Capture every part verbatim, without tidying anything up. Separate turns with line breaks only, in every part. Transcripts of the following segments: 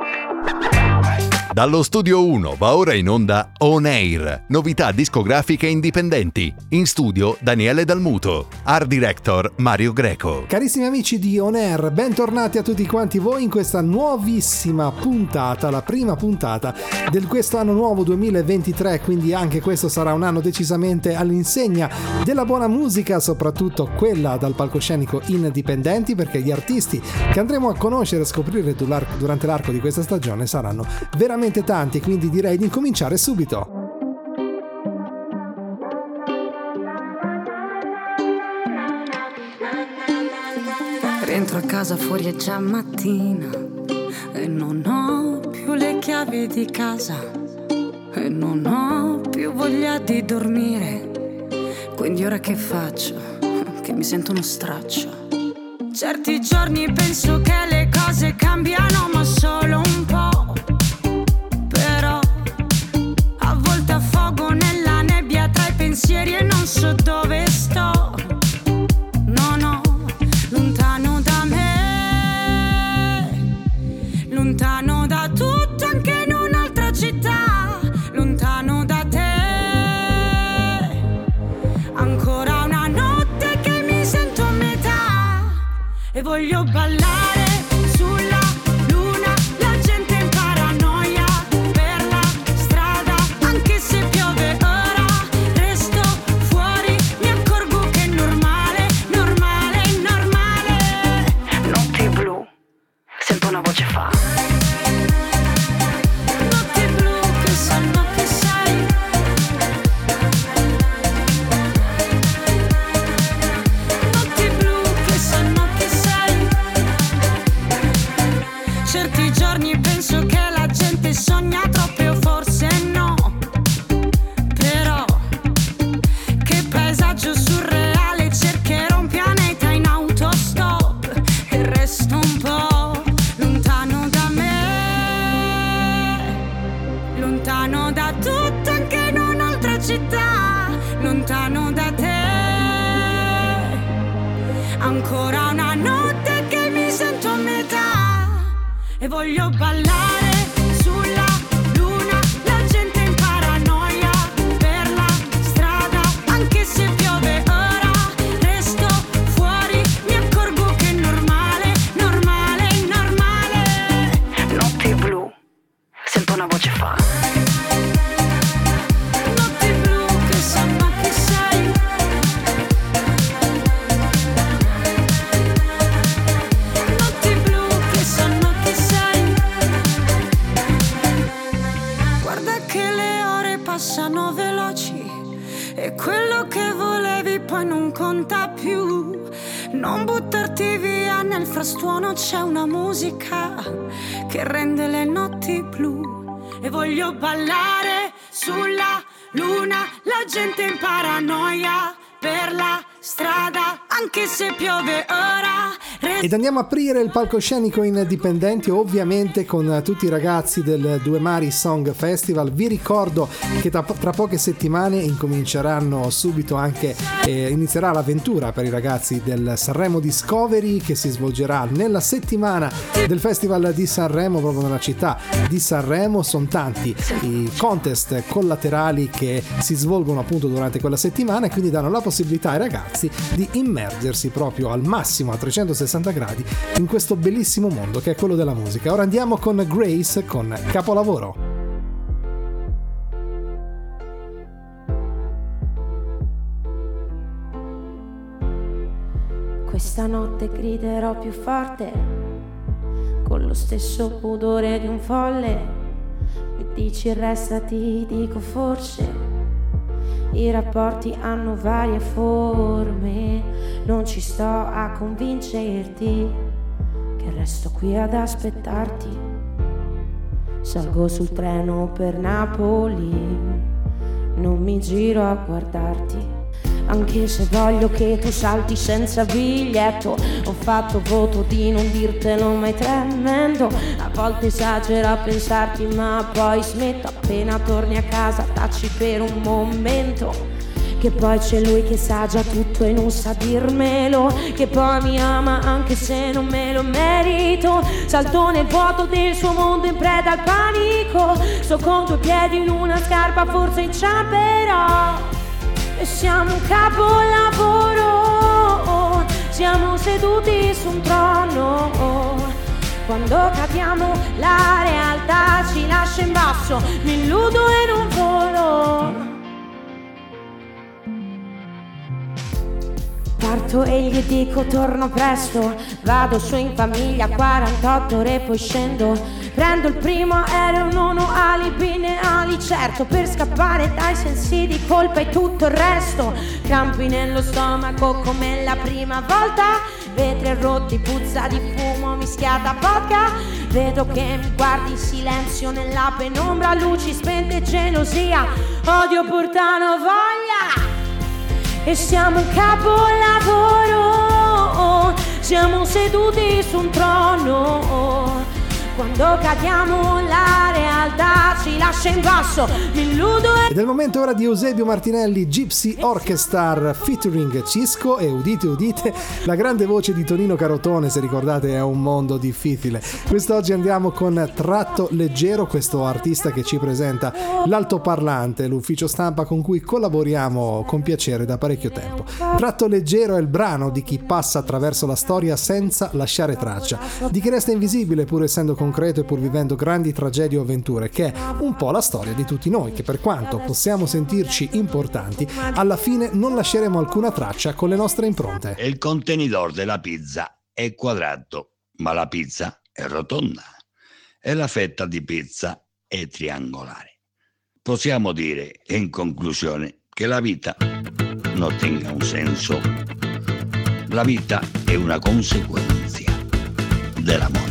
Dallo Studio uno va ora in onda On Air, novità discografiche indipendenti. In studio Daniele Dalmuto, Art Director Mario Greco.
Carissimi amici di On Air, bentornati a tutti quanti voi in questa nuovissima puntata, la prima puntata del questo anno nuovo duemilaventitré, quindi anche questo sarà un anno decisamente all'insegna della buona musica, soprattutto quella dal palcoscenico indipendenti, perché gli artisti che andremo a conoscere e scoprire durante l'arco di questa stagione saranno veramente tanti, quindi direi di incominciare subito.
Rientro a casa, fuori è già mattina e non ho più le chiavi di casa e non ho più voglia di dormire, quindi ora che faccio? Che mi sento uno straccio. Certi giorni penso che le cose cambiano, ma solo un po'. Pensieri e non so dove sto. No, no, lontano da me, lontano da tutto, anche in un'altra città, lontano da te. Ancora una notte che mi sento a metà e voglio ballare sulla luna, la gente in paranoia per la strada, anche se piove. Una voce fa notte blu, che sanno che sei. Notte blu, che sanno che sei. Certi giorni penso che la gente sogna troppo, o forse no. Però che paesaggio surreale, cercherò un pianeta in autostop e resto un po' lontano da tutto, anche in un'altra città, lontano da te. Ancora una notte che mi sento a metà e voglio ballare sulla luna, la gente in paranoia per la strada, anche se piove ora resto fuori, mi accorgo che è normale, normale, normale. Notte blu, sento una voce fa notte blu, che sanno che sei. Notte blu, che sanno che sei. Guarda che le ore passano veloci e quello che volevi poi non conta più. Non buttarti via, nel frastuono c'è una musica che rende le notti blu. E voglio ballare sulla luna, la gente in paranoia per la strada, anche se piove ora.
Ed andiamo a aprire il palcoscenico indipendenti, ovviamente con tutti i ragazzi del Due Mari Song Festival. Vi ricordo che tra, tra poche settimane incominceranno subito anche eh, inizierà l'avventura per i ragazzi del Sanremo Discovery, che si svolgerà nella settimana del Festival di Sanremo, proprio nella città di Sanremo. Sono tanti i contest collaterali che si svolgono appunto durante quella settimana e quindi danno la possibilità ai ragazzi di immergersi proprio al massimo a trecentosessanta gradi in questo bellissimo mondo che è quello della musica. Ora andiamo con Grace con Capolavoro.
Questa notte griderò più forte, con lo stesso pudore di un folle. Mi dici restati, dico forse. I rapporti hanno varie forme, non ci sto a convincerti che resto qui ad aspettarti. Salgo sul treno per Napoli, non mi giro a guardarti. Anche se voglio che tu salti senza biglietto, ho fatto voto di non dirtelo mai tremendo. A volte esagero a pensarti ma poi smetto. Appena torni a casa taci per un momento, che poi c'è lui che sa già tutto e non sa dirmelo, che poi mi ama anche se non me lo merito. salto nel vuoto del suo mondo in preda al panico. Sto con due piedi in una scarpa, forse inciamperò. E siamo un capolavoro, siamo seduti su un trono. Quando cadiamo la realtà ci lascia in basso, mi illudo e non volo. Parto e gli dico torno presto, vado su in famiglia quarantotto ore poi scendo. Prendo il primo aereo, non ho alibi né ali, certo per scappare dai sensi di colpa e tutto il resto. Crampi nello stomaco come la prima volta, vetri rotti, puzza di fumo mischiata a vodka. Vedo che mi guardi in silenzio nella penombra, luci spente, gelosia, odio, portano voglia. E siamo un capolavoro, siamo seduti su un trono. Quando cadiamo la realtà ci lascia in basso, mi illudo e...
Ed è il momento ora di Eusebio Martinelli, Gypsy Orchestra featuring Cisco e udite udite la grande voce di Tonino Carotone, se ricordate è un mondo difficile. Quest'oggi andiamo con Tratto Leggero, questo artista che ci presenta l'altoparlante, l'ufficio stampa con cui collaboriamo con piacere da parecchio tempo. Tratto Leggero è il brano di chi passa attraverso la storia senza lasciare traccia, di chi resta invisibile pur essendo concreto e pur vivendo grandi tragedie o avventure, che è un po' la storia di tutti noi, che per quanto possiamo sentirci importanti, alla fine non lasceremo alcuna traccia con le nostre impronte.
Il contenitore della pizza è quadrato, ma la pizza è rotonda e la fetta di pizza è triangolare. Possiamo dire, in conclusione, che la vita non tenga un senso. La vita è una conseguenza dell'amore.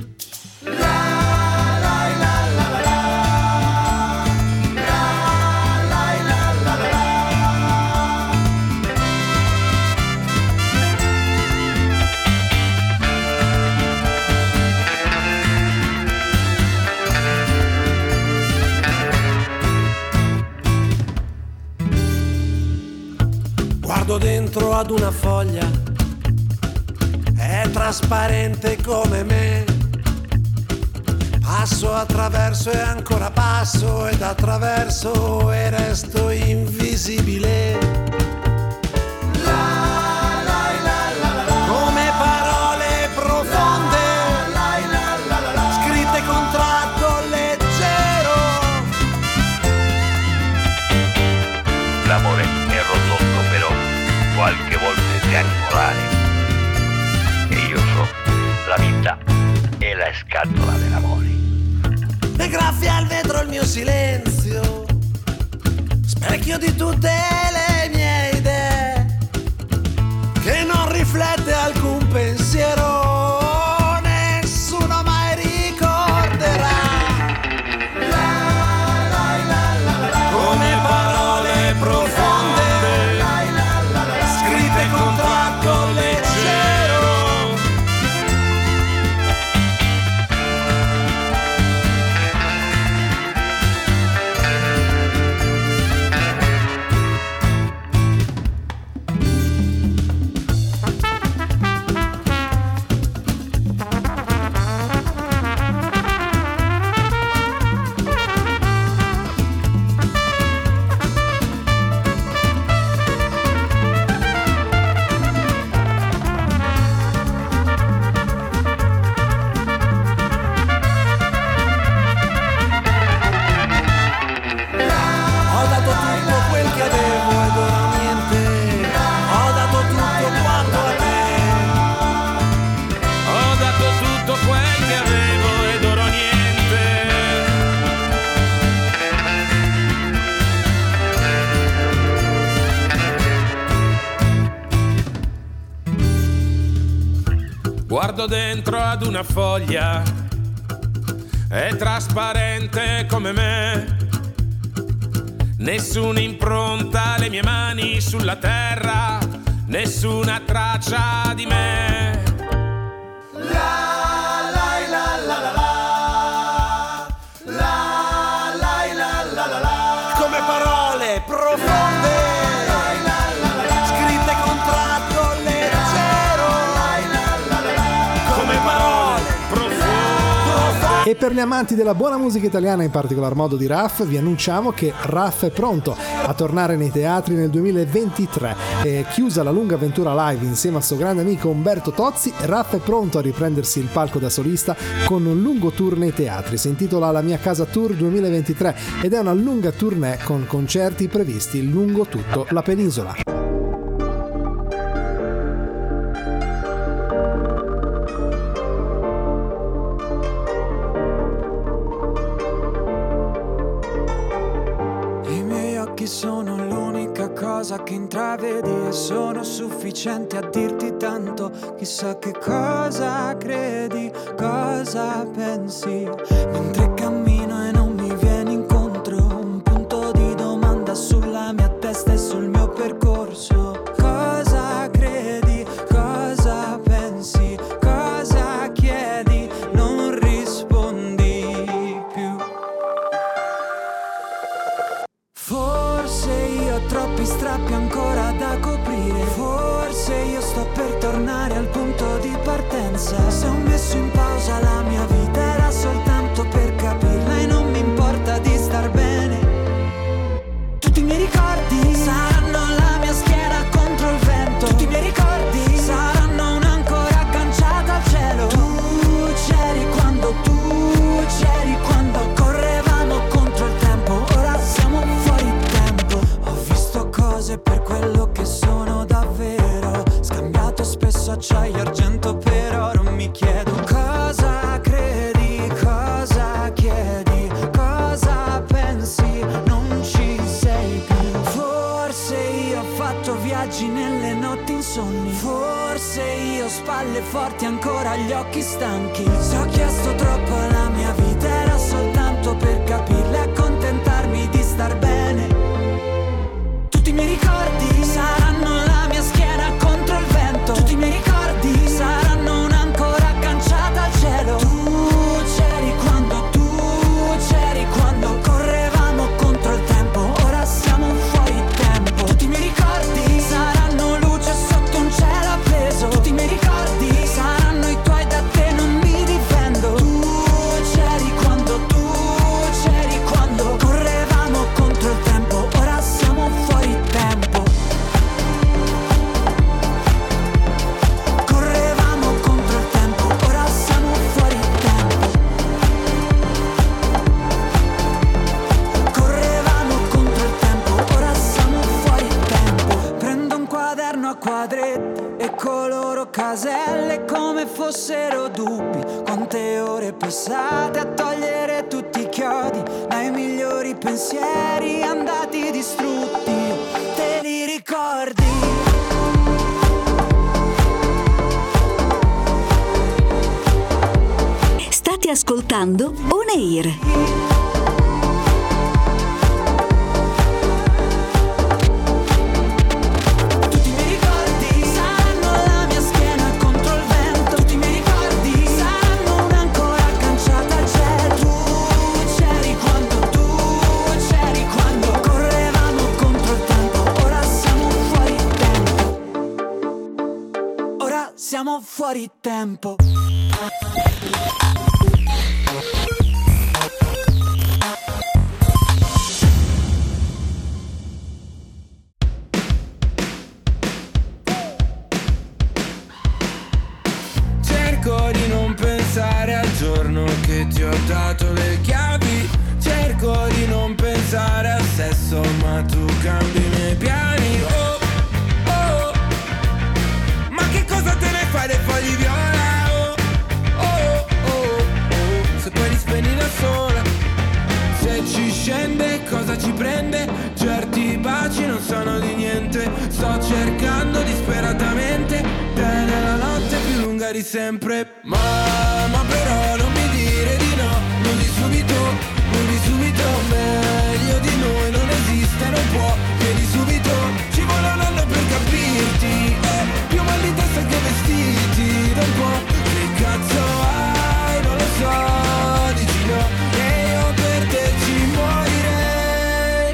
Guardo dentro ad una foglia, è trasparente come me. Passo attraverso e ancora passo ed attraverso e resto invisibile. La, la, la, la, la, come parole profonde, la, la, la, la, la, scritte con tratto leggero.
L'amore è rotondo, però qualche volta è triangolare. E io so, la vita è la scatola dell'amore.
E graffia al vetro il mio silenzio, specchio di tutte le mie idee, che non riflette alcun pensiero, nessuno mai ricorderà. La, la, la, la, la, come parole profonde, la, la, la, la, scritte con tratto leggero.
Guardo dentro ad una foglia, è trasparente come me. Nessuna impronta, le mie mani sulla terra, nessuna traccia di me.
La la la la la la la la la la la la, come parole profonde, scritte con tratto leggero, come parole profonde.
E per gli amanti della buona musica italiana, in particolar modo di Raff, vi annunciamo che Raff è pronto a tornare nei teatri nel duemilaventitré. E chiusa la lunga avventura live insieme al suo grande amico Umberto Tozzi, Raff è pronto a riprendersi il palco da solista con un lungo tour nei teatri. Si intitola La mia casa tour duemilaventitré ed è una lunga tournée con concerti previsti lungo tutto la penisola.
Sono l'unica cosa che intravedi e sono sufficienti a dirti tanto. Chissà che cosa credi, cosa pensi, mentre cammino e non mi vieni incontro. Un punto di domanda sulla mia testa e sul mio percorso. Cosa credi, cosa pensi, cosa chiedi, non rispondi più. Forse io ho troppi strappi ancora da coprire. Forse io sto per tornare al punto di partenza. Se ho messo in pausa la mia vita era soltanto per capirla e non mi importa di star bene. Tutti i miei ricordi saranno la mia schiena contro il vento. Tutti i miei ricordi saranno un'ancora agganciata al cielo. Tu c'eri quando, tu c'eri quando correvamo contro il tempo. Ora siamo fuori tempo. Ho visto cose per quello che sono davvero. Scambiato spesso acciaio, argento per oro. Mi chiedo cosa credi, cosa chiedi, cosa pensi, non ci sei più. Forse io ho fatto viaggi nelle notti insonni. Forse io ho spalle forti ancora gli occhi stanchi. Se ho chiesto troppo alla mia vita era soltanto per capirla e accontentarmi di star bene. Tutti i miei ricordi saranno la mia schiena contro il vento. Tutti i miei ricordi saranno un'ancora agganciata al cielo. Tu c'eri quando, tu c'eri quando correvamo contro il tempo. Ora siamo fuori tempo. Tutti i miei ricordi saranno luce sotto un cielo appeso. Tutti i miei ricordi saranno i tuoi, da te non mi difendo. Tu c'eri quando, tu c'eri quando correvamo contro il tempo. Ora siamo fuori tempo. Correvamo contro il tempo. Ora siamo fuori tempo. Correvamo contro il tempo. Ora siamo fuori tempo. Prendo un quaderno a quadretti e coloro caselle come fossero dubbi. Quante ore passate a togliere tutti i chiodi dai migliori pensieri andati distrutti. Te li ricordi?
State ascoltando On Air.
Tutti i miei ricordi saranno la mia schiena contro il vento. Tutti i miei ricordi saranno un'ancora agganciata al cielo. Tu c'eri quando, tu c'eri quando correvamo contro il tempo. Ora siamo fuori tempo. Ora siamo fuori tempo.
Cerco di non pensare al giorno che ti ho dato le chiavi. Cerco di non pensare al sesso, ma tu cambi i miei piani. Oh, oh, ma che cosa te ne fai dei fogli viola? Oh, oh, oh, oh, se poi li spegni da sola. Se ci scende cosa ci prende? Certi baci non sono di niente. Sto cercando disperatamente te nella notte più lunga di sempre. Ma, ma però non mi dire di no. Non di subito, non di subito. Meglio di noi non esiste, non può. Chiedi subito, ci vuole un anno per capirti. Eh, più mal di testa che vestiti. Da un po', che cazzo hai? Non lo so, dici no. E io per te ci morirei.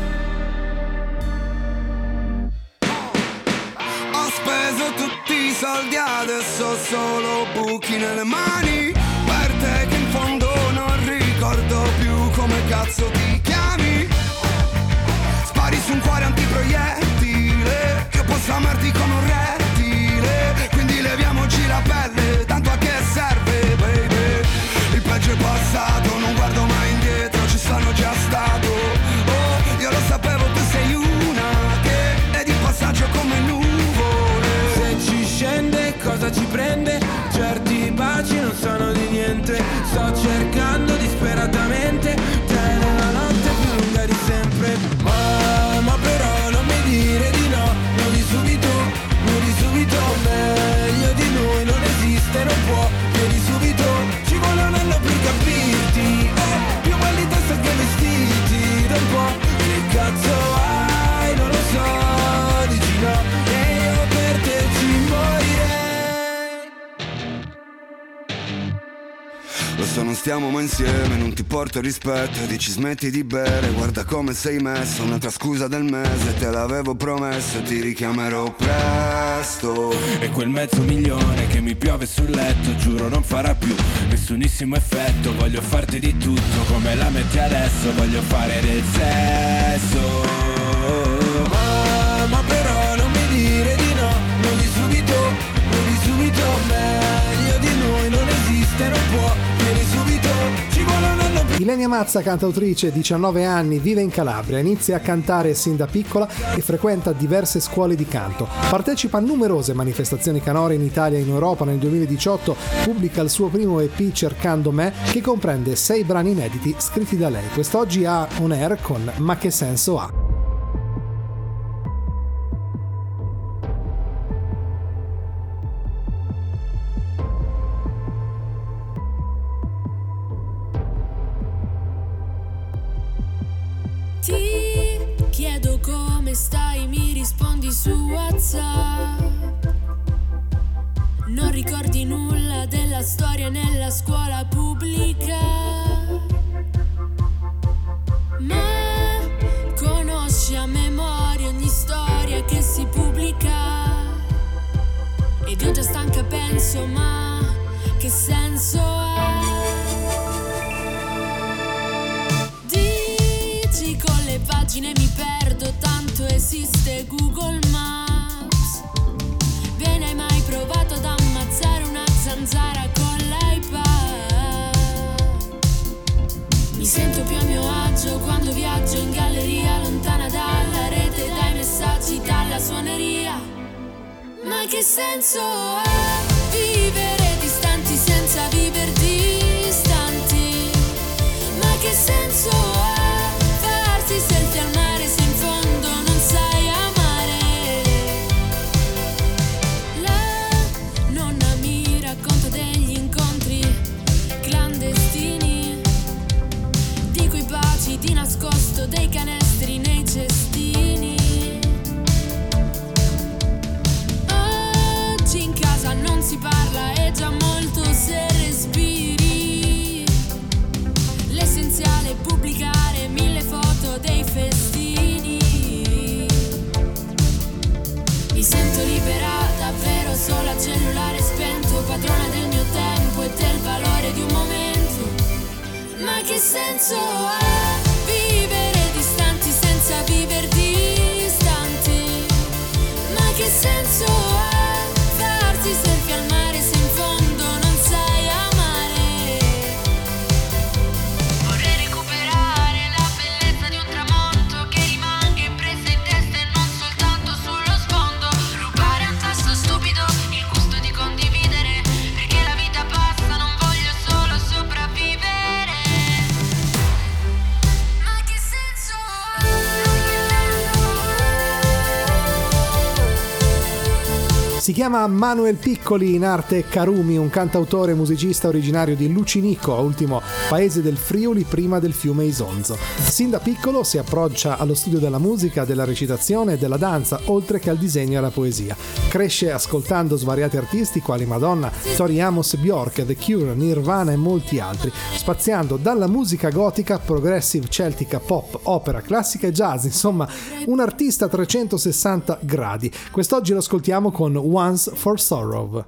Ho speso tutti i soldi, adesso ho solo buchi nelle mani. Per te che in fondo
come cazzo ti chiami? Spari su un cuore antiproiettile, io posso amarti come un rettile, quindi leviamoci la pelle, tanto a che serve, baby? Il peggio è passato, non guardo mai indietro, ci sono già stato. Oh, io lo sapevo, tu sei una che è di passaggio come nuvole.
Se ci scende, cosa ci prende? Certi baci non sono di niente. Sto cercando disperatamente te nella notte più lunga di sempre. Ma, ma però non mi dire di no, non di subito, non di subito. Meglio di noi non esiste, non può, vieni subito. Ci vuole un anno per capirti, eh, più mal di testa che vestiti da un po'. Che cazzo hai, non lo so, dici no, e io per te ci morirei.
Lo so non stiamo mai insieme, non ti porto rispetto, dici smetti di bere, guarda come sei messo, un'altra scusa del mese, te l'avevo promesso, ti richiamerò presto.
E quel mezzo milione che mi piove sul letto, giuro non farà più nessunissimo effetto. Voglio farti di tutto come la metti adesso, voglio fare del sesso. Ma, ma però non mi dire di no, non di subito, non di subito. Meglio di noi non esiste, non può, vieni subito, ci vuole un anno per...
Ilenia Mazza, cantautrice, diciannove anni, vive in Calabria, inizia a cantare sin da piccola e frequenta diverse scuole di canto. Partecipa a numerose manifestazioni canore in Italia e in Europa. Nel duemiladiciotto pubblica il suo primo E P Cercando me, che comprende sei brani inediti scritti da lei. Quest'oggi ha On Air con Ma che senso ha?
Ti chiedo come stai, mi rispondi su WhatsApp. Non ricordi nulla della storia nella scuola pubblica, ma conosci a memoria ogni storia che si pubblica. Ed io già stanca penso, ma che senso ha? Con le pagine mi perdo, tanto esiste Google Maps. Bene, hai mai provato ad ammazzare una zanzara con l'iPad? Mi sento più a mio agio quando viaggio in galleria, lontana dalla rete, dai messaggi, dalla suoneria. Ma che senso ha vivere distanti senza viver distanti? Ma che senso ha selfie al mare se in fondo non sai amare? La nonna mi racconta degli incontri clandestini, di quei baci di nascosto, dei canestri nei cestini. Oggi in casa non si parla, è già molto se respiri. L'essenziale è pubblicare mille foto dei festini. Mi sento liberata, però solo a cellulare spento, padrona del mio tempo e del valore di un momento. Ma che senso ha vivere distanti senza viver distanti? Ma che senso ha farsi selfie al mare se in fondo non sai amare? Vorrei recuperare la bellezza di un tramonto che rimanga impressa in testa e non soltanto sullo sfondo. Rubare un tasto stupido, il gusto di condividere, perché la vita passa, non voglio solo sopravvivere. Ma che senso ha?
Si chiama Manuel Piccoli, in arte Karumi, un cantautore e musicista originario di Lucinico, ultimo paese del Friuli prima del fiume Isonzo. Sin da piccolo si approccia allo studio della musica, della recitazione e della danza, oltre che al disegno e alla poesia. Cresce ascoltando svariati artisti quali Madonna, Tori Amos, Bjork, The Cure, Nirvana e molti altri, spaziando dalla musica gotica, progressive, celtica, pop, opera, classica e jazz, insomma un artista a trecentosessanta gradi. Quest'oggi lo ascoltiamo con Once for Sorrow.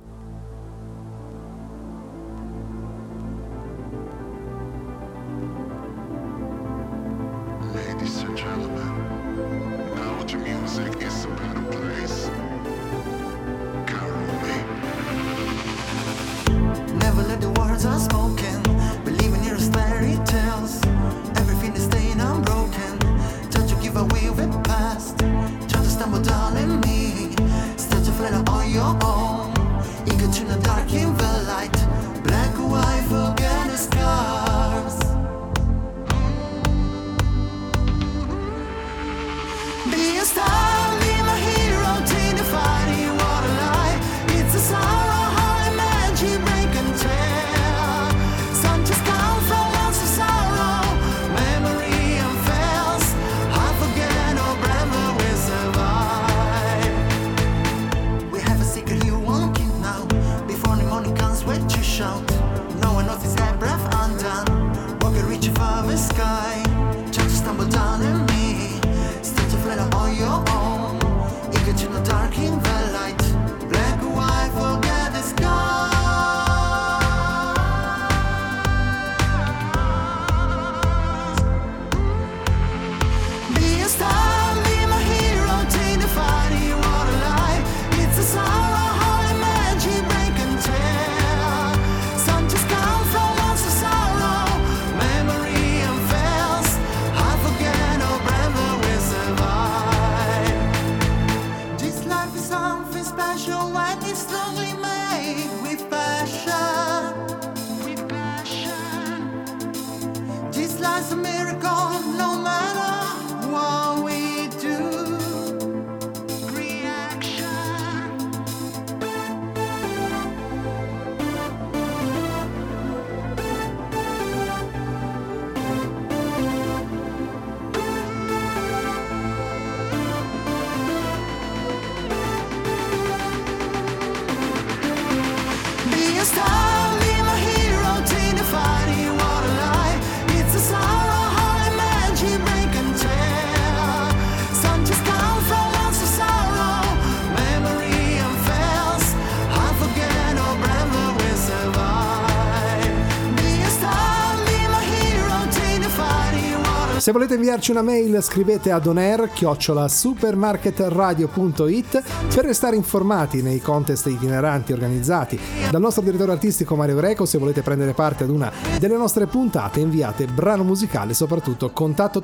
Se volete inviarci una mail scrivete ad onair chiocciola supermarketradio punto it per restare informati nei contest itineranti organizzati dal nostro direttore artistico Mario Greco. Se volete prendere parte ad una delle nostre puntate inviate brano musicale e soprattutto contatto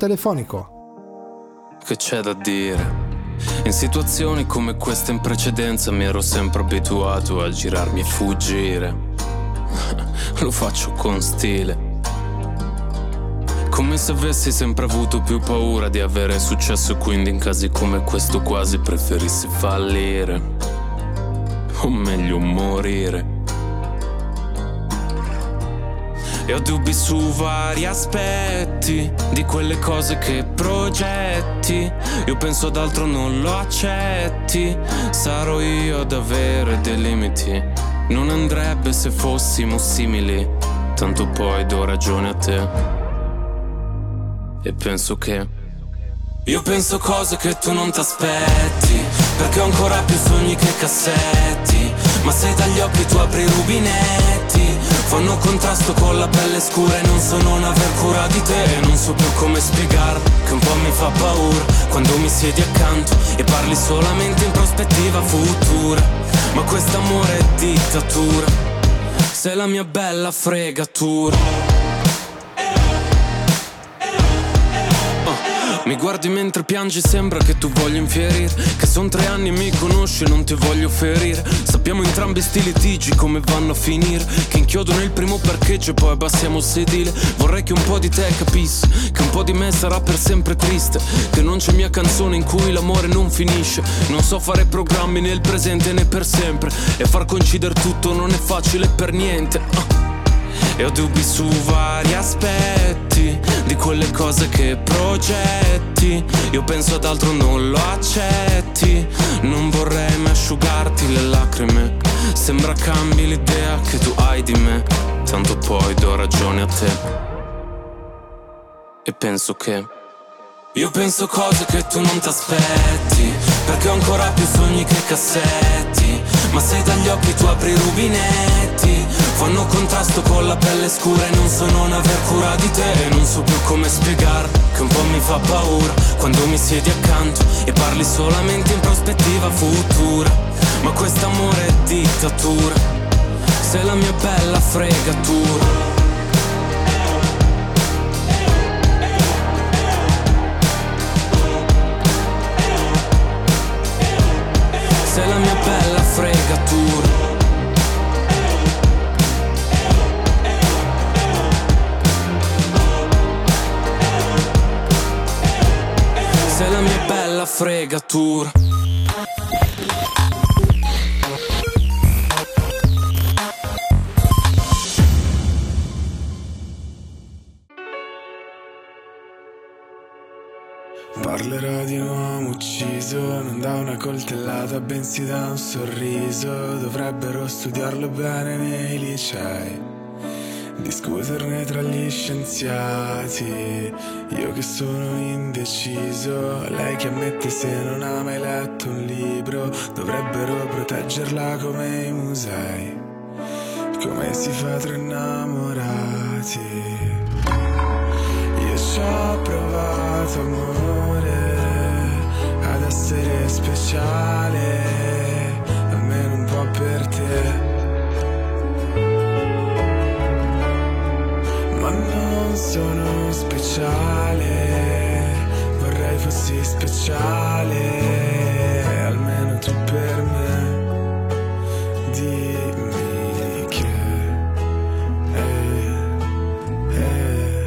telefonico.
Che c'è da dire? In situazioni come questa in precedenza mi ero sempre abituato a girarmi e fuggire. Lo faccio con stile, come se avessi sempre avuto più paura di avere successo, quindi in casi come questo quasi preferissi fallire, o meglio morire. E ho dubbi su vari aspetti di quelle cose che progetti. Io penso ad altro, non lo accetti. Sarò io ad avere dei limiti. Non andrebbe se fossimo simili. Tanto poi do ragione a te. E penso che io penso cose che tu non t'aspetti, perché ho ancora più sogni che cassetti. Ma se dagli occhi tu apri i rubinetti, fanno contrasto con la pelle scura e non so non aver cura di te. E non so più come spiegarlo, che un po' mi fa paura quando mi siedi accanto e parli solamente in prospettiva futura. Ma quest'amore è dittatura, sei la mia bella fregatura. Mi guardi mentre piangi, sembra che tu voglia infierire, che son tre anni e mi conosci e non ti voglio ferire. Sappiamo entrambi sti litigi come vanno a finire, che inchiodo nel primo parcheggio e poi abbassiamo il sedile. Vorrei che un po' di te capisse che un po' di me sarà per sempre triste, che non c'è mia canzone in cui l'amore non finisce. Non so fare programmi nel presente né per sempre, e far coincidere tutto non è facile per niente. uh. E ho dubbi su vari aspetti di quelle cose che progetti. Io penso ad altro, non lo accetti. Non vorrei mai asciugarti le lacrime. Sembra cambi l'idea che tu hai di me. Tanto poi do ragione a te. E penso che io penso cose che tu non t'aspetti, perché ho ancora più sogni che cassetti. Ma se dagli occhi tu apri i rubinetti, fanno contrasto con la pelle scura e non so non aver cura di te. E non so più come spiegar che che un po' mi fa paura quando mi siedi accanto e parli solamente in prospettiva futura. Ma quest'amore è dittatura, sei la mia bella fregatura. Sei la mia bella fregatura. Sei la mia bella fregatura.
Parlerò di un uomo ucciso, non da una coltellata bensì da un sorriso. Dovrebbero studiarlo bene nei licei, discuterne tra gli scienziati. Io che sono indeciso, lei che ammette se non ha mai letto un libro. Dovrebbero proteggerla come i musei, come si fa tra innamorati. Io ci ho provato amore, ad essere speciale, almeno un po' per te. Ma non sono speciale, vorrei fossi speciale, almeno tu per me. Dimmi che eh, eh.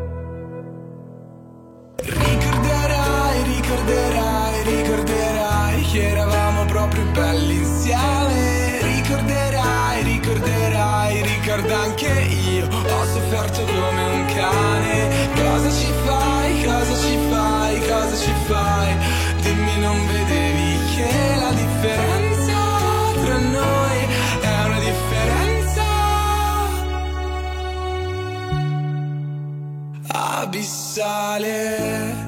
Ricorderai, ricorderai, ricorderai che eravamo proprio belli insieme. Ricorderai, ricorderai, ricorda anche io, ho sofferto come un cane. Cosa ci fai, cosa ci fai, cosa ci fai? Dimmi, non vedevi che la differenza tra noi è una differenza abissale.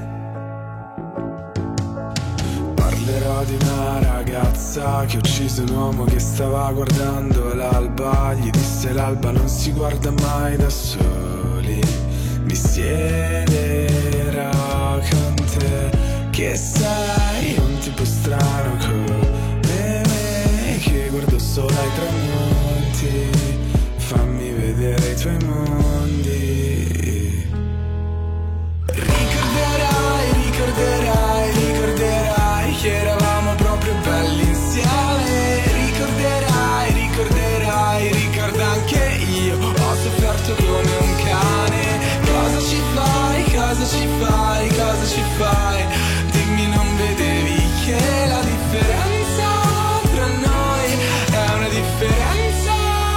Parlerò di una ragazza che ha ucciso un uomo che stava guardando l'alba. Gli disse l'alba non si guarda mai da soli. Mi siederò con te, che sei un tipo strano come me, che guardo solo ai tramonti. Fammi vedere i tuoi mondi. Ricorderai, ricorderai, ricorderai che eravamo proprio belli insieme. Ricorderai, ricorderai, ricorda anche io, ho sofferto come un cane. Cosa ci fai, cosa ci fai, cosa ci fai? Dimmi, non vedevi che la differenza tra noi è una differenza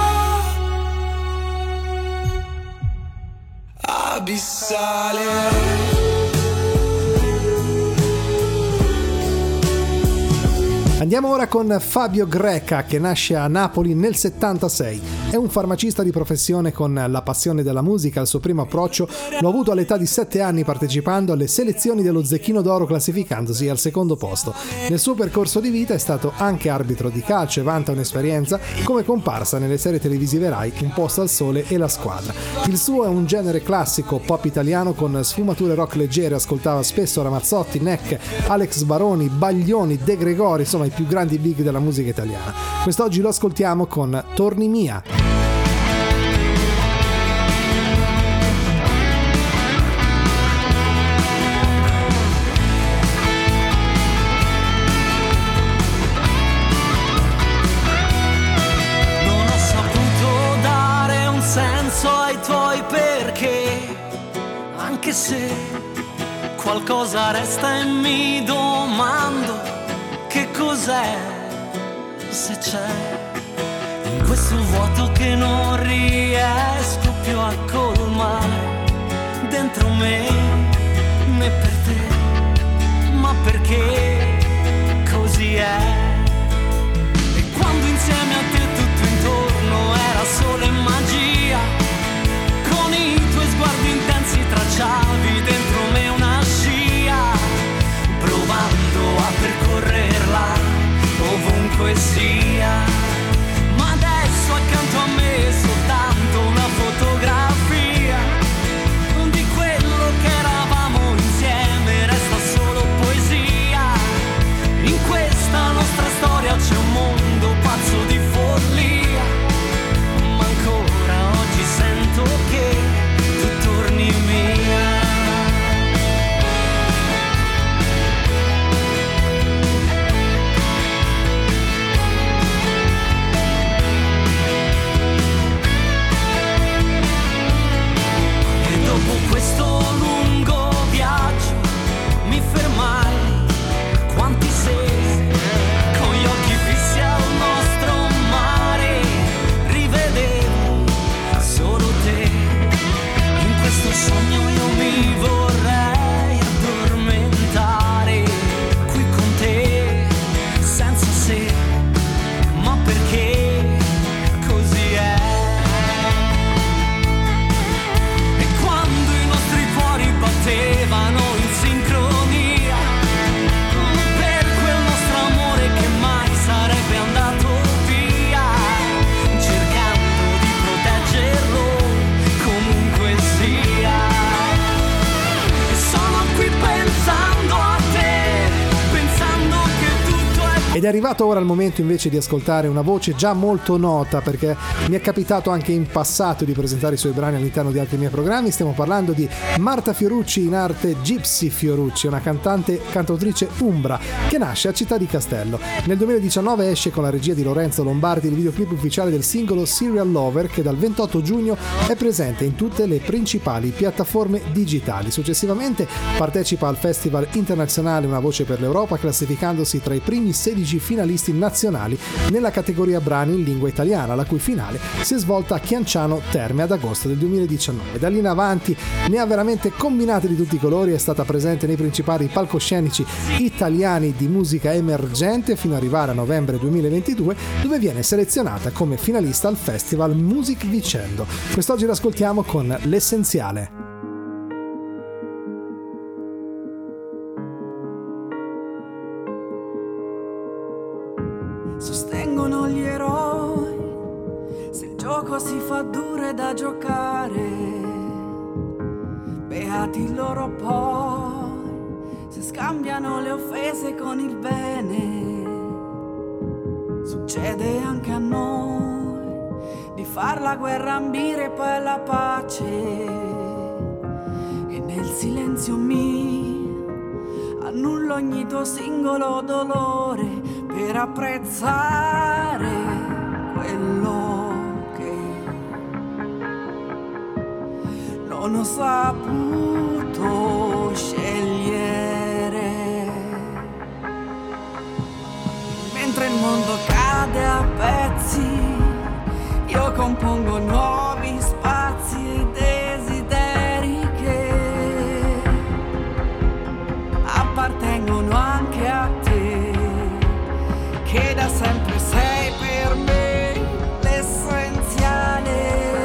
abissale.
Andiamo ora con Fabio Greca, che nasce a Napoli nel settantasei. È un farmacista di professione con la passione della musica. Il suo primo approccio l'ha avuto all'età di sette anni partecipando alle selezioni dello Zecchino d'Oro, classificandosi al secondo posto. Nel suo percorso di vita è stato anche arbitro di calcio e vanta un'esperienza come comparsa nelle serie televisive Rai Un posto al sole e La squadra. Il suo è un genere classico pop italiano con sfumature rock leggere. Ascoltava spesso Ramazzotti, Neck, Alex Baroni, Baglioni, De Gregori, insomma i più grandi big della musica italiana. Quest'oggi lo ascoltiamo con Torni mia.
Non ho saputo dare un senso ai tuoi perché, anche se qualcosa resta e mi domando che cos'è, se c'è, in questo vuoto che non riesco più a colmare dentro me, né per te, ma perché così è. E quando insieme a te tutto intorno era solo magia, con i tuoi sguardi intensi tracciavi dentro me una scia, provando a percorrerla ovunque sia. Ma adesso accanto a me soltanto una fotografia di quello che eravamo sogno io mi vorrei addormentare qui con te, senza se, ma perché così è. E quando i nostri cuori battevano in sincronia, per quel nostro amore che mai sarebbe andato via, cercando di proteggerlo comunque sia. E sono qui pensando a te, pensando che tutto è.
Ed è arrivato ora il momento invece di ascoltare una voce già molto nota, perché mi è capitato anche in passato di presentare i suoi brani all'interno di altri miei programmi. Stiamo parlando di Marta Fiorucci, in arte Gypsy Fiorucci, una cantante cantautrice umbra che nasce a Città di Castello. Nel duemiladiciannove esce con la regia di Lorenzo Lombardi il videoclip ufficiale del singolo Serial Lover, che dal ventotto giugno è presente in tutte le principali piattaforme digitali. Successivamente partecipa al Festival Internazionale Una Voce per l'Europa, classificandosi tra i primi sedici finalisti nazionali nella categoria brani in lingua italiana, la cui finale si è svolta a Chianciano Terme ad agosto del duemiladiciannove. Da lì in avanti ne ha veramente combinate di tutti i colori, è stata presente nei principali palcoscenici italiani di musica emergente fino ad arrivare a novembre duemilaventidue, dove viene selezionata come finalista al Festival Music Vicendo. Quest'oggi l'ascoltiamo con L'essenziale.
Sostengono gli eroi, se il gioco si fa duro è da giocare, beati loro poi, se scambiano le offese con il bene. Succede anche a noi di far la guerra ambire poi alla pace, e nel silenzio mi annullo ogni tuo singolo dolore per apprezzare quello che non ho saputo scegliere. Mentre il mondo cade a pezzi, io compongo nuovi spazi e desideri che appartengono anche a te, che da sempre sei per me l'essenziale.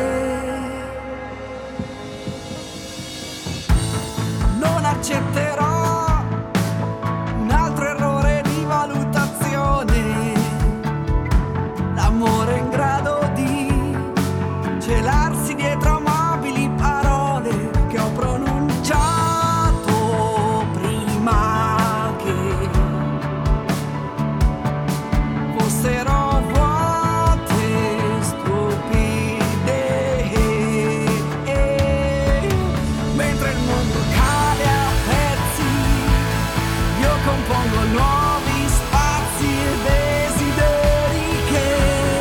Non accetterò un altro errore di valutazione, l'amore è in grado di celarsi dietro amabili parole che ho pronunciato prima che fossero vuote, stupide. Mentre il mondo cade a pezzi, io compongo nuovi spazi e desideri che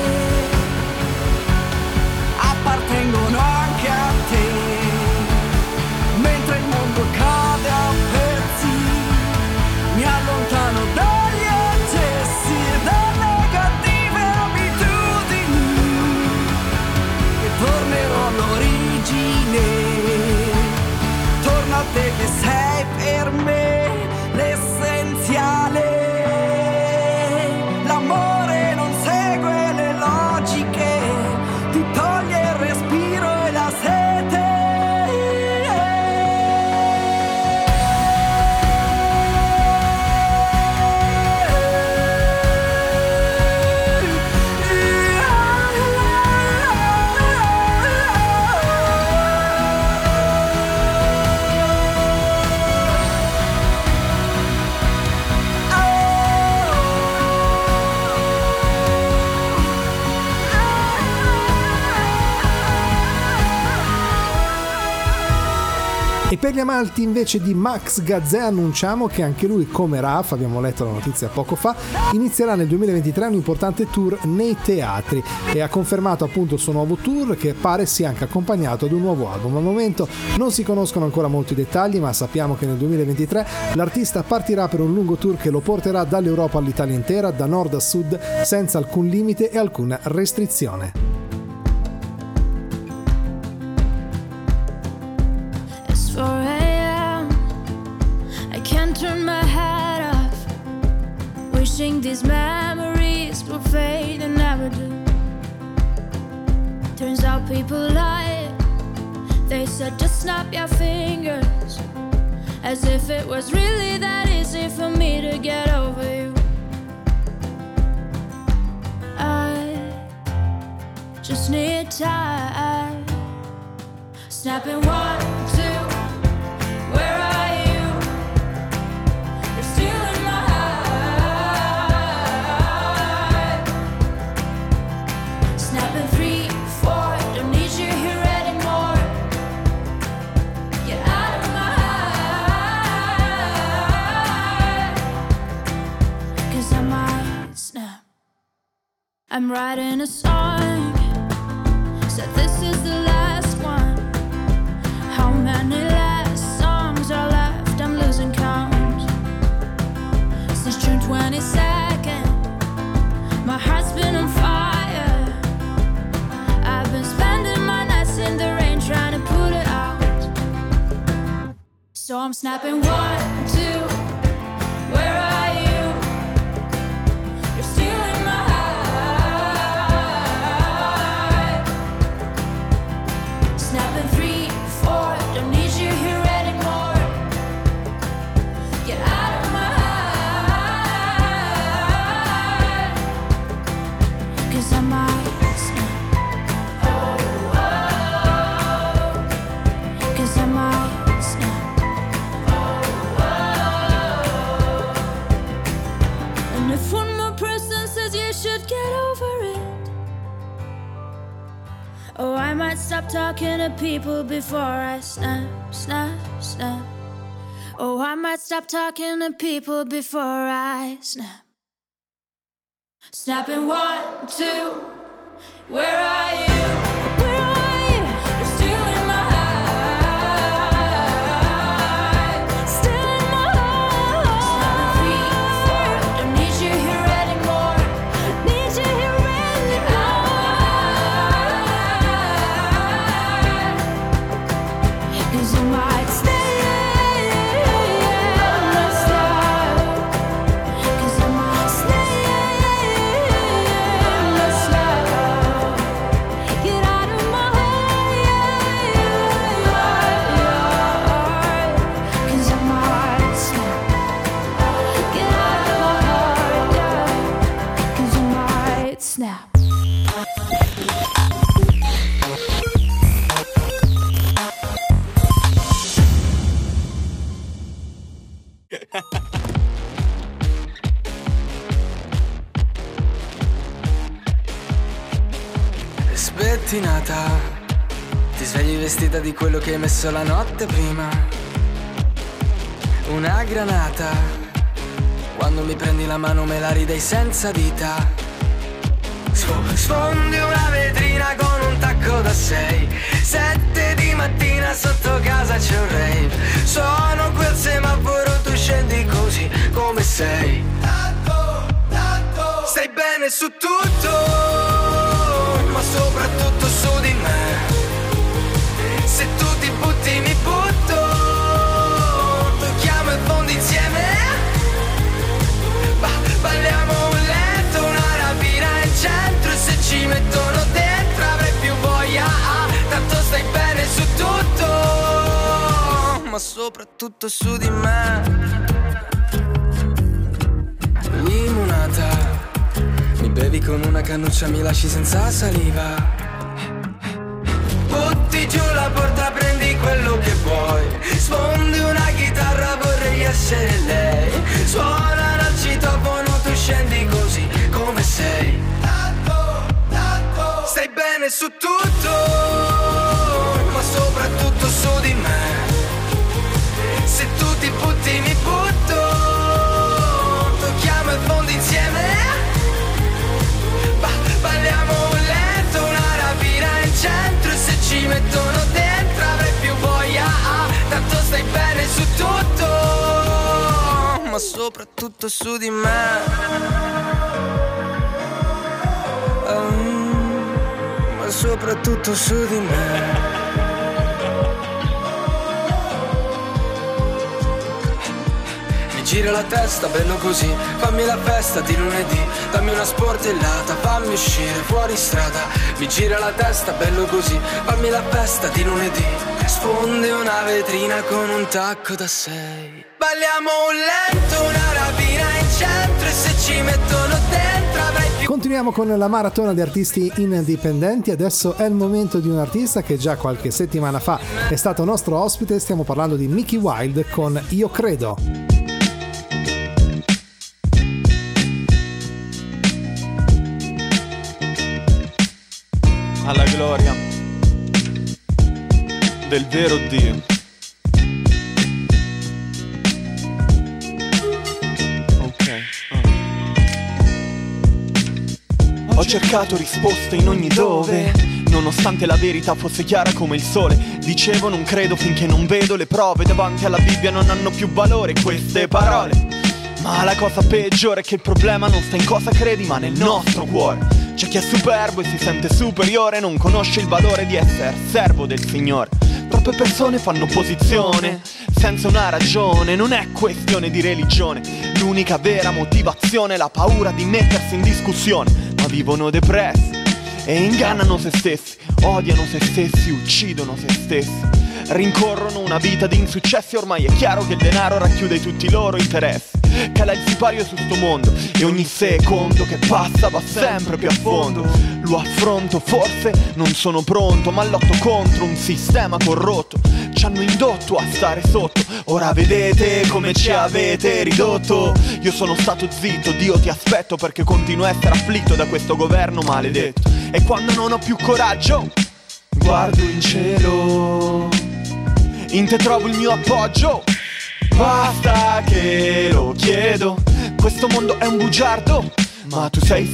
appartengono anche a te. Mentre il mondo cade a pezzi, mi allontano dagli eccessi e dalle cattive abitudini, e tornerò all'origine. Torno a te che sei per me l'essenziale. L'amore non segue le logiche, ti toglie il respiro e la sete.
E per gli amanti invece di Max Gazzè annunciamo che anche lui, come Raf, abbiamo letto la notizia poco fa, inizierà nel duemilaventitré un importante tour nei teatri e ha confermato appunto il suo nuovo tour, che pare sia anche accompagnato ad un nuovo album. Al momento non si conoscono ancora molti dettagli, ma sappiamo che nel duemilaventitré l'artista partirà per un lungo tour che lo porterà dall'Europa all'Italia intera, da nord a sud, senza alcun limite e alcuna restrizione.
turn my hat off, wishing these memories will fade and never do. Turns out people lie. They said just snap your fingers, as if it was really that easy for me to get over you. I just need time. Snapping one, two, where are you? You're still in my heart. Snapping three, four, don't need you here anymore. Get out of my heart, 'cause I might snap. I'm writing a song, said this is the last one. How many last songs are left? I'm losing count. Since June twenty-second, my heart's been on fire. I've been spending my nights in the rain trying to put it out. So I'm snapping one, two, where are you? You're still in my heart. Snapping three, four, don't need you here anymore. Get out of my heart, 'cause I might snap. Oh, oh, 'cause I might snap. Oh, oh. And if one more person says you should get over it, oh, I might stop talking to people before I snap, snap, snap. Oh, I might stop talking to people before I snap. Snapping one, two, where are you? Where are you? You're still in my heart. Still in my heart. Snapping three, four, don't need you here anymore. Need you here anymore. 'Cause you might stay. Snap.
Spettinata, ti svegli vestita di quello che hai messo la notte prima. Una granata, quando mi prendi la mano me la ridei senza dita. Sfondi una vetrina con un tacco da sei. Sette di mattina sotto casa c'è un rave. Sono qui al semaforo, tu scendi così come sei. Tanto, tanto stai bene su tutto, ma soprattutto su di me. Se tu ti butti mi butto, tocchiamo il fondo insieme. Ba- balliamo un letto, una rapina in centro, e se ci mettono dentro avrai più voglia. Ah, tanto stai bene su tutto, ma soprattutto su di me. Limonata, mi bevi con una cannuccia, mi lasci senza saliva. Butti giù la porta, prendi quello che vuoi. Sfondi una chitarra, vorrei essere lei. Suona dal citofono, tu scendi così come sei. Tanto, tanto stai bene su tutto, ma soprattutto su di me. Se tu ti butti mi butto, tocchiamo il fondo insieme. Ba- balliamo un letto, una rapina in centro, e se ci mettono dentro avrai più voglia. Ah, tanto stai bene su tutto, ma soprattutto su di me. Um, ma soprattutto su di me. gira la testa, bello così. Fammi la festa di lunedì, dammi una sportellata, fammi uscire fuori strada. Mi gira la testa, bello così. Fammi la festa di lunedì, sfonde una vetrina con un tacco da sei. Balliamo un lento, una rapina in centro, e se ci mettono dentro avrai più.
Continuiamo con la maratona di artisti indipendenti. Adesso è il momento di un artista che già qualche settimana fa è stato nostro ospite. Stiamo parlando di Mickey Wild con Io Credo.
Alla gloria del vero Dio. Ok. Oh. Ho cercato risposte in ogni dove, nonostante la verità fosse chiara come il sole. Dicevo non credo finché non vedo le prove. Davanti alla Bibbia non hanno più valore queste parole. Ma la cosa peggiore è che il problema non sta in cosa credi, ma nel nostro cuore. C'è chi è superbo e si sente superiore, non conosce il valore di essere servo del Signore. Troppe persone fanno opposizione senza una ragione, non è questione di religione. L'unica vera motivazione è la paura di mettersi in discussione. Ma vivono depressi e ingannano se stessi, odiano se stessi, uccidono se stessi. Rincorrono una vita di insuccessi, ormai è chiaro che il denaro racchiude tutti i loro interessi. Cala il sipario su sto mondo e ogni secondo che passa va sempre più a fondo. Lo affronto, forse non sono pronto, ma lotto contro un sistema corrotto. Ci hanno indotto a stare sotto, ora vedete come ci avete ridotto. Io sono stato zitto, Dio ti aspetto, perché continuo a essere afflitto da questo governo maledetto. E quando non ho più coraggio, guardo in cielo, in te trovo il mio appoggio. Basta che lo chiedo, questo mondo è un bugiardo, ma tu sei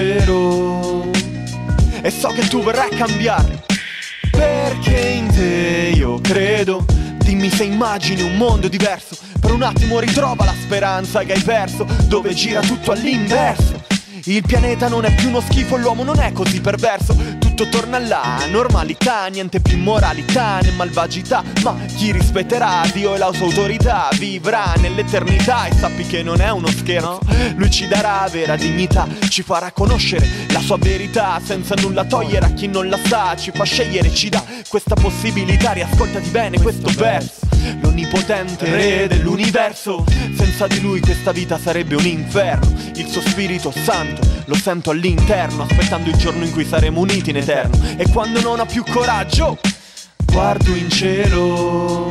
sincero e so che tu vorrai cambiarlo, perché in te io credo. Dimmi se immagini un mondo diverso, per un attimo ritrova la speranza che hai perso, dove gira tutto all'inverso. Il pianeta non è più uno schifo, l'uomo non è così perverso. Tutto torna alla normalità, niente più moralità né malvagità. Ma chi rispetterà Dio e la sua autorità vivrà nell'eternità. E sappi che non è uno scherzo, Lui ci darà vera dignità, ci farà conoscere la sua verità, senza nulla togliere a chi non la sa. Ci fa scegliere, ci dà questa possibilità. Riascoltati bene questo verso: l'onnipotente re dell'universo, senza di Lui questa vita sarebbe un inferno. Il suo spirito santo lo sento all'interno, aspettando il giorno in cui saremo uniti in eterno. E quando non ho più coraggio, guardo in cielo,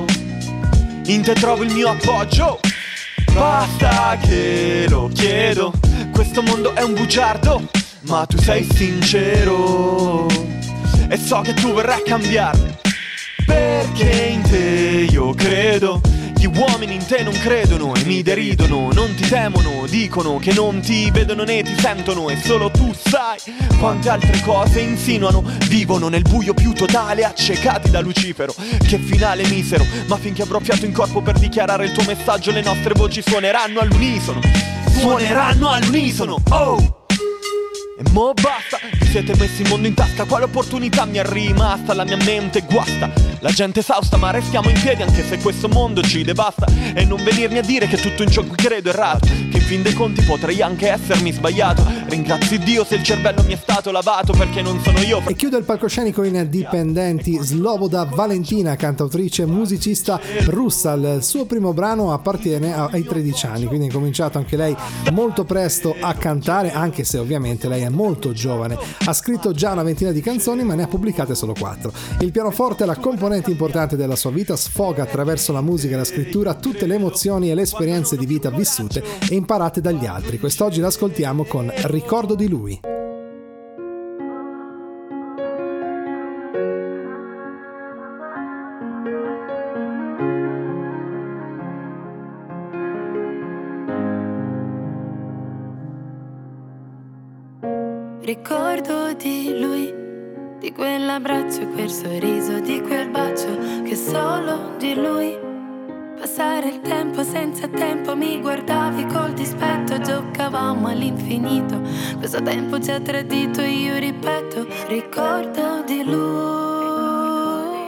in te trovo il mio appoggio. Basta che lo chiedo, questo mondo è un bugiardo, ma tu sei sincero e so che tu vorrai cambiarlo, perché in te io credo. Gli uomini in te non credono e mi deridono, non ti temono, dicono che non ti vedono né ti sentono, e solo tu sai quante altre cose insinuano. Vivono nel buio più totale, accecati da Lucifero. Che finale misero, ma finché avrò fiato in corpo per dichiarare il tuo messaggio, le nostre voci suoneranno all'unisono, suoneranno all'unisono, oh! E mo basta, vi siete messi il mondo in tasca, quale opportunità mi è rimasta? La mia mente guasta, la gente esausta, ma restiamo in piedi anche se questo mondo ci devasta. E non venirmi a dire che tutto in ciò cui credo è errato, che in fin dei conti potrei anche essermi sbagliato. Ringrazi Dio se il cervello mi è stato lavato, perché non sono io.
E chiude il palcoscenico in dipendenti Sloboda Valentina, cantautrice e musicista russa. Il suo primo brano appartiene ai tredici anni, quindi ha cominciato anche lei molto presto a cantare, anche se ovviamente lei è molto giovane. Ha scritto già una ventina di canzoni, ma ne ha pubblicate solo quattro. Il pianoforte è la componente importante della sua vita, sfoga attraverso la musica e la scrittura tutte le emozioni e le esperienze di vita vissute e imparate dagli altri. Quest'oggi l'ascoltiamo con Ricordo di lui.
Ricordo di lui, di quell'abbraccio, quel sorriso, di quel bacio che solo di lui. Passare il tempo senza tempo, mi guardavi col dispetto, giocavamo all'infinito. Questo tempo ci ha tradito e io ripeto, ricordo di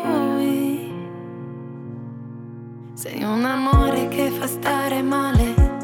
lui. Sei un amore che fa stare male,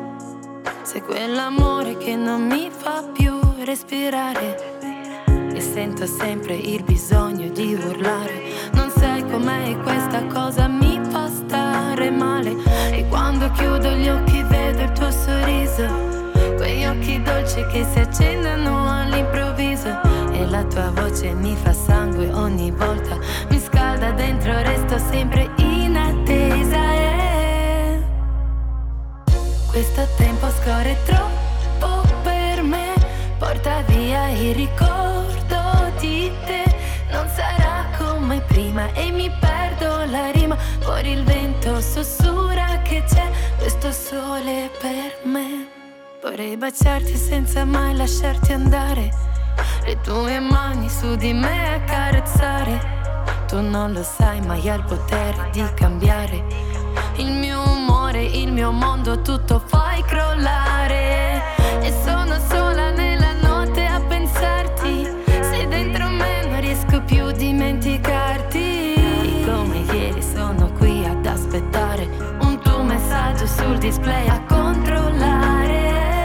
C'è quell'amore che non mi fa più respirare e sento sempre il bisogno di urlare. Non sai com'è, questa cosa mi fa stare male. E quando chiudo gli occhi vedo il tuo sorriso, quegli occhi dolci che si accendono all'improvviso. E la tua voce mi fa sangue ogni volta, mi scalda dentro, resto sempre in attesa. E questo tempo scorre troppo per me, porta via il ricordo di te. Non sarà come prima e mi perdo la rima. Fuori il vento sussurra che c'è questo sole per me. Vorrei baciarti senza mai lasciarti andare, le tue mani su di me accarezzare. Tu non lo sai ma hai il potere di cambiare il mio umore, il mio mondo, tutto fai crollare. E sono sola nella notte a pensarti, sei dentro me, non riesco più a dimenticarti. E come ieri sono qui ad aspettare un tuo messaggio sul display a controllare.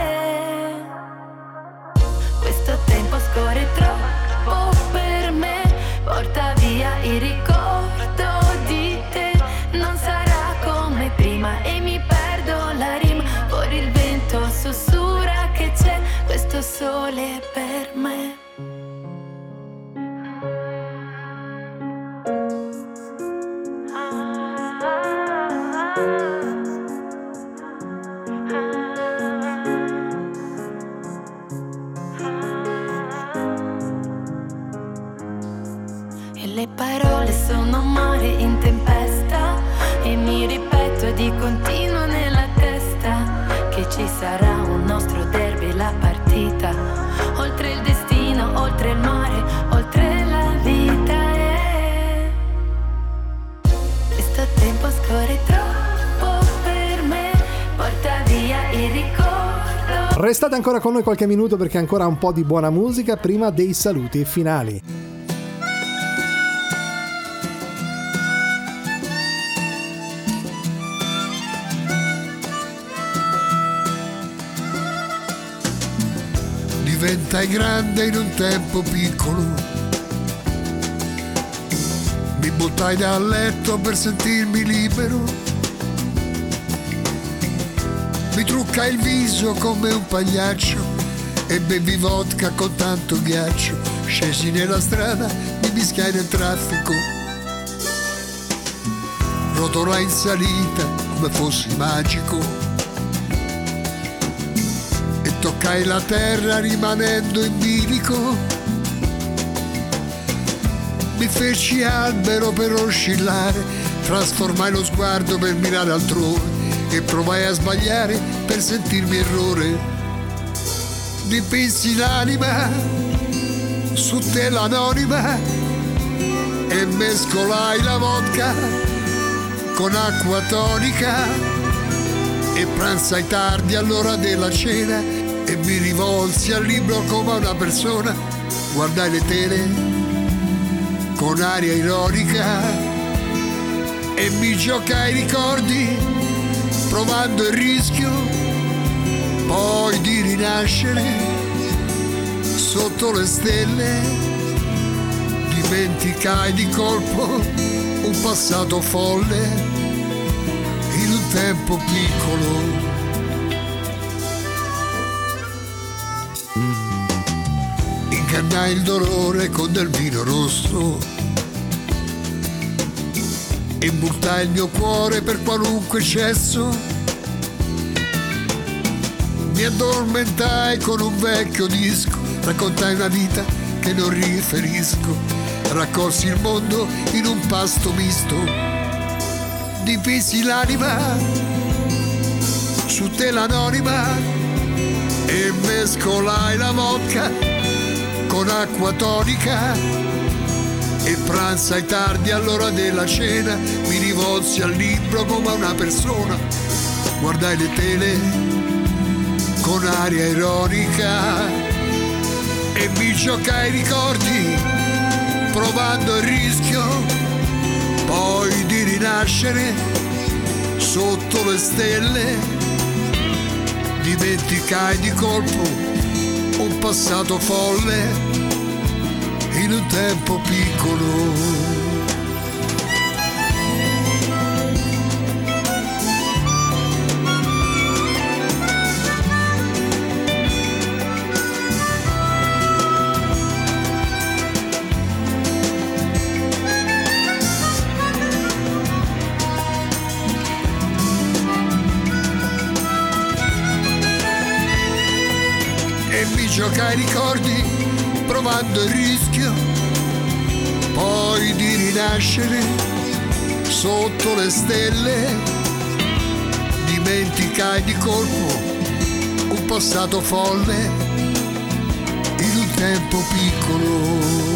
Questo tempo scorre troppo per me, porta via il ricordo di te. Non sarà come prima e mi perdo la rima. Fuori il vento sussurra che c'è questo sole per me. E le parole sono mare in tempesta e mi ripeto di continuo nella testa che ci sarà un nostro derby, la partita, oltre il destino, oltre il mare, oltre la vita. E questo tempo scorre troppo per me, porta via il ricordo.
Restate ancora con noi qualche minuto perché ancora un po' di buona musica prima dei saluti finali.
Diventai grande in un tempo piccolo, mi buttai dal letto per sentirmi libero, mi truccai il viso come un pagliaccio e bevi vodka con tanto ghiaccio, scesi nella strada, mi mischiai nel traffico, rotolai in salita come fossi magico, toccai la terra rimanendo in bilico, mi feci albero per oscillare, trasformai lo sguardo per mirare altrove e provai a sbagliare per sentirmi errore. Dipinsi l'anima su tela anonima e mescolai la vodka con acqua tonica e pranzai tardi all'ora della cena e mi rivolsi al libro come a una persona, guardai le tele con aria ironica e mi giocai i ricordi provando il rischio poi di rinascere sotto le stelle. Dimenticai di colpo un passato folle in un tempo piccolo. Ingannai il dolore con del vino rosso e imbuttai il mio cuore per qualunque eccesso. Mi addormentai con un vecchio disco, raccontai una vita che non riferisco, raccolsi il mondo in un pasto misto, dipinsi l'anima su tela anonima e mescolai la vodka con acqua tonica e pranzai tardi all'ora della cena, mi rivolsi al libro come a una persona, guardai le tele con aria ironica e mi giocai i ricordi provando il rischio poi di rinascere sotto le stelle. dimenticai di colpo un passato folle in un tempo piccolo. Giocai ricordi provando il rischio poi di rinascere sotto le stelle. Dimenticai di colpo un passato folle in un tempo piccolo.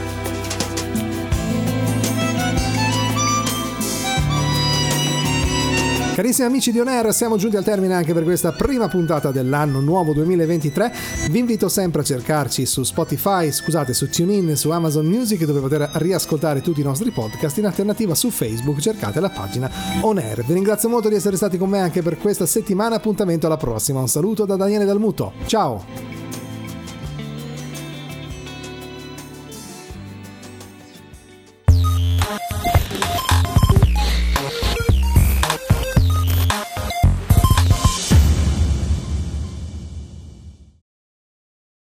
Carissimi amici di On Air, siamo giunti al termine anche per questa prima puntata dell'anno nuovo duemilaventitré. Vi invito sempre a cercarci su Spotify, scusate, su TuneIn, su Amazon Music, dove poter riascoltare tutti i nostri podcast. In alternativa su Facebook cercate la pagina On Air. Vi ringrazio molto di essere stati con me anche per questa settimana. Appuntamento alla prossima. Un saluto da Daniele Dalmuto. Ciao.